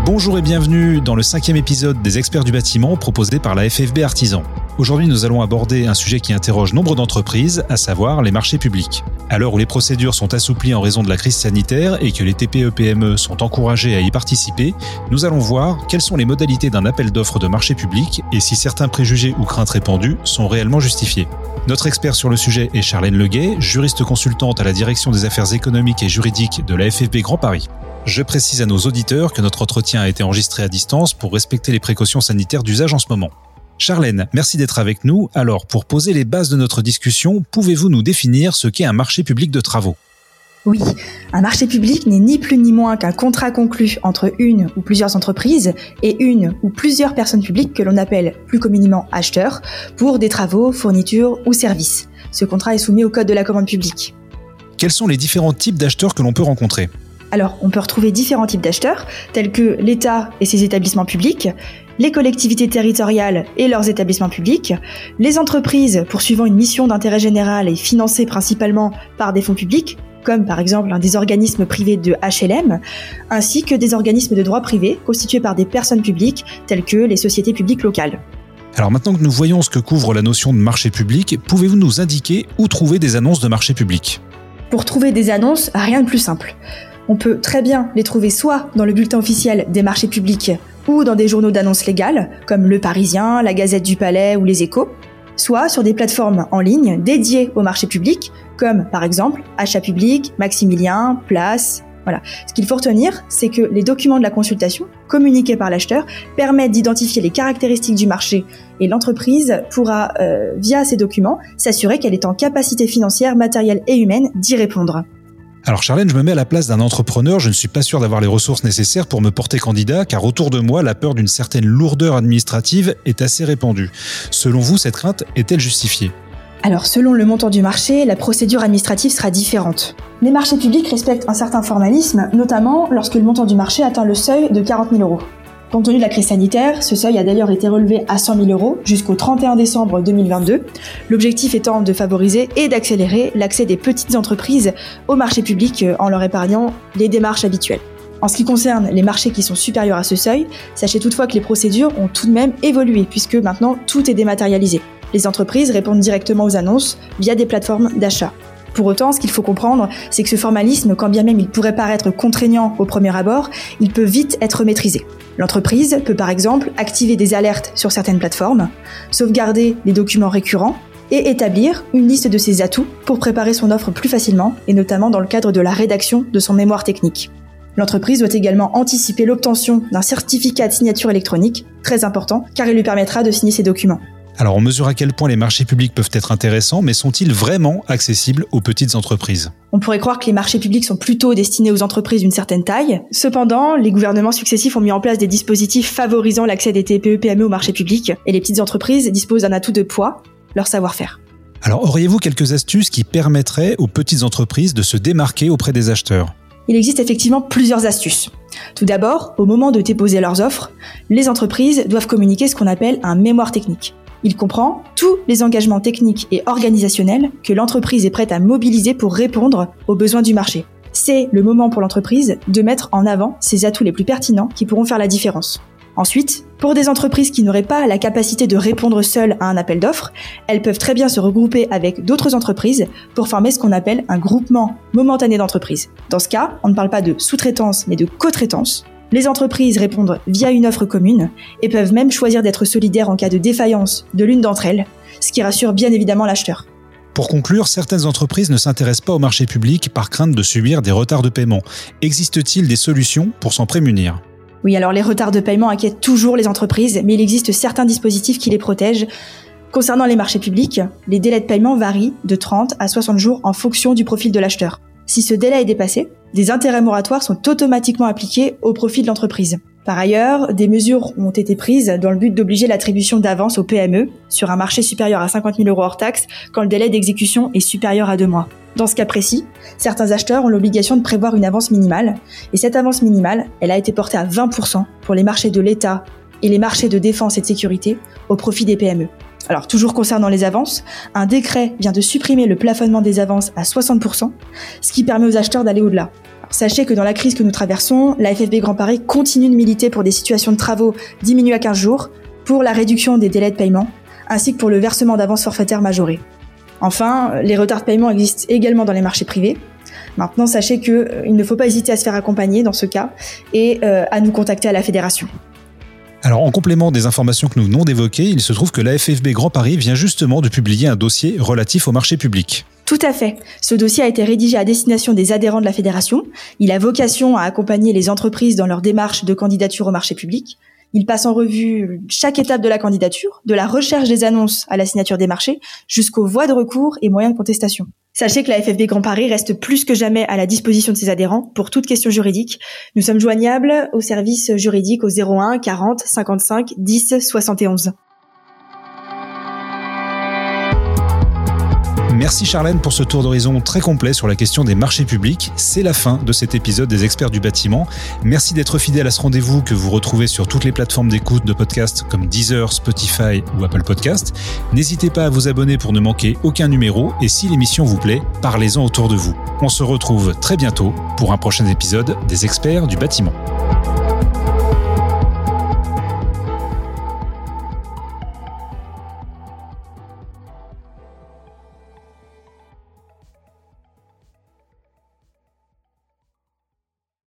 Bonjour et bienvenue dans le 5e épisode des Experts du bâtiment proposé par la FFB Artisan. Aujourd'hui, nous allons aborder un sujet qui interroge nombre d'entreprises, à savoir les marchés publics. À l'heure où les procédures sont assouplies en raison de la crise sanitaire et que les TPE-PME sont encouragés à y participer, nous allons voir quelles sont les modalités d'un appel d'offres de marché public et si certains préjugés ou craintes répandues sont réellement justifiés. Notre expert sur le sujet est Charlène Leguet, juriste consultante à la direction des affaires économiques et juridiques de la FFB Grand Paris. Je précise à nos auditeurs que notre entretien a été enregistré à distance pour respecter les précautions sanitaires d'usage en ce moment. Charlène, merci d'être avec nous. Alors, pour poser les bases de notre discussion, pouvez-vous nous définir ce qu'est un marché public de travaux ? Oui, un marché public n'est ni plus ni moins qu'un contrat conclu entre une ou plusieurs entreprises et une ou plusieurs personnes publiques que l'on appelle plus communément acheteurs pour des travaux, fournitures ou services. Ce contrat est soumis au Code de la commande publique. Quels sont les différents types d'acheteurs que l'on peut rencontrer ? Alors, on peut retrouver différents types d'acheteurs, tels que l'État et ses établissements publics, les collectivités territoriales et leurs établissements publics, les entreprises poursuivant une mission d'intérêt général et financées principalement par des fonds publics, comme par exemple des organismes privés de HLM, ainsi que des organismes de droit privé constitués par des personnes publiques, telles que les sociétés publiques locales. Alors maintenant que nous voyons ce que couvre la notion de marché public, pouvez-vous nous indiquer où trouver des annonces de marché public ? Pour trouver des annonces, rien de plus simple. On peut très bien les trouver soit dans le bulletin officiel des marchés publics ou dans des journaux d'annonces légales, comme Le Parisien, la Gazette du Palais ou Les Échos, soit sur des plateformes en ligne dédiées aux marchés publics, comme par exemple Achat Public, Maximilien, Place. Voilà. Ce qu'il faut retenir, c'est que les documents de la consultation, communiqués par l'acheteur, permettent d'identifier les caractéristiques du marché et l'entreprise pourra, via ces documents, s'assurer qu'elle est en capacité financière, matérielle et humaine d'y répondre. Alors Charlène, je me mets à la place d'un entrepreneur, je ne suis pas sûr d'avoir les ressources nécessaires pour me porter candidat, car autour de moi, la peur d'une certaine lourdeur administrative est assez répandue. Selon vous, cette crainte est-elle justifiée ? Alors, selon le montant du marché, la procédure administrative sera différente. Les marchés publics respectent un certain formalisme, notamment lorsque le montant du marché atteint le seuil de 40 000 €. Compte tenu de la crise sanitaire, ce seuil a d'ailleurs été relevé à 100 000 € jusqu'au 31 décembre 2022, l'objectif étant de favoriser et d'accélérer l'accès des petites entreprises au marché public en leur épargnant les démarches habituelles. En ce qui concerne les marchés qui sont supérieurs à ce seuil, sachez toutefois que les procédures ont tout de même évolué puisque maintenant tout est dématérialisé. Les entreprises répondent directement aux annonces via des plateformes d'achat. Pour autant, ce qu'il faut comprendre, c'est que ce formalisme, quand bien même il pourrait paraître contraignant au premier abord, il peut vite être maîtrisé. L'entreprise peut par exemple activer des alertes sur certaines plateformes, sauvegarder les documents récurrents et établir une liste de ses atouts pour préparer son offre plus facilement, et notamment dans le cadre de la rédaction de son mémoire technique. L'entreprise doit également anticiper l'obtention d'un certificat de signature électronique, très important, car il lui permettra de signer ses documents. Alors on mesure à quel point les marchés publics peuvent être intéressants, mais sont-ils vraiment accessibles aux petites entreprises ? On pourrait croire que les marchés publics sont plutôt destinés aux entreprises d'une certaine taille. Cependant, les gouvernements successifs ont mis en place des dispositifs favorisant l'accès des TPE-PME au marché public, et les petites entreprises disposent d'un atout de poids, leur savoir-faire. Alors auriez-vous quelques astuces qui permettraient aux petites entreprises de se démarquer auprès des acheteurs ? Il existe effectivement plusieurs astuces. Tout d'abord, au moment de déposer leurs offres, les entreprises doivent communiquer ce qu'on appelle un mémoire technique. Il comprend tous les engagements techniques et organisationnels que l'entreprise est prête à mobiliser pour répondre aux besoins du marché. C'est le moment pour l'entreprise de mettre en avant ses atouts les plus pertinents qui pourront faire la différence. Ensuite, pour des entreprises qui n'auraient pas la capacité de répondre seules à un appel d'offres, elles peuvent très bien se regrouper avec d'autres entreprises pour former ce qu'on appelle un groupement momentané d'entreprises. Dans ce cas, on ne parle pas de sous-traitance mais de co-traitance. Les entreprises répondent via une offre commune et peuvent même choisir d'être solidaires en cas de défaillance de l'une d'entre elles, ce qui rassure bien évidemment l'acheteur. Pour conclure, certaines entreprises ne s'intéressent pas au marché public par crainte de subir des retards de paiement. Existe-t-il des solutions pour s'en prémunir ? Oui, alors les retards de paiement inquiètent toujours les entreprises, mais il existe certains dispositifs qui les protègent. Concernant les marchés publics, les délais de paiement varient de 30 à 60 jours en fonction du profil de l'acheteur. Si ce délai est dépassé, des intérêts moratoires sont automatiquement appliqués au profit de l'entreprise. Par ailleurs, des mesures ont été prises dans le but d'obliger l'attribution d'avance aux PME sur un marché supérieur à 50 000 € hors taxe quand le délai d'exécution est supérieur à 2 mois. Dans ce cas précis, certains acheteurs ont l'obligation de prévoir une avance minimale, et cette avance minimale, elle a été portée à 20% pour les marchés de l'État et les marchés de défense et de sécurité au profit des PME. Alors, toujours concernant les avances, un décret vient de supprimer le plafonnement des avances à 60%, ce qui permet aux acheteurs d'aller au-delà. Sachez que dans la crise que nous traversons, la FFB Grand Paris continue de militer pour des situations de travaux diminuées à 15 jours, pour la réduction des délais de paiement, ainsi que pour le versement d'avances forfaitaires majorées. Enfin, les retards de paiement existent également dans les marchés privés. Maintenant, sachez qu'il ne faut pas hésiter à se faire accompagner dans ce cas et à nous contacter à la Fédération. Alors, en complément des informations que nous venons d'évoquer, il se trouve que la FFB Grand Paris vient justement de publier un dossier relatif au marché public. Tout à fait. Ce dossier a été rédigé à destination des adhérents de la Fédération. Il a vocation à accompagner les entreprises dans leur démarche de candidature au marché public. Il passe en revue chaque étape de la candidature, de la recherche des annonces à la signature des marchés, jusqu'aux voies de recours et moyens de contestation. Sachez que la FFB Grand Paris reste plus que jamais à la disposition de ses adhérents pour toute question juridique. Nous sommes joignables au service juridique au 01 40 55 10 71. Merci Charlène pour ce tour d'horizon très complet sur la question des marchés publics. C'est la fin de cet épisode des Experts du bâtiment. Merci d'être fidèle à ce rendez-vous que vous retrouvez sur toutes les plateformes d'écoute de podcasts comme Deezer, Spotify ou Apple Podcasts. N'hésitez pas à vous abonner pour ne manquer aucun numéro et si l'émission vous plaît, parlez-en autour de vous. On se retrouve très bientôt pour un prochain épisode des Experts du bâtiment.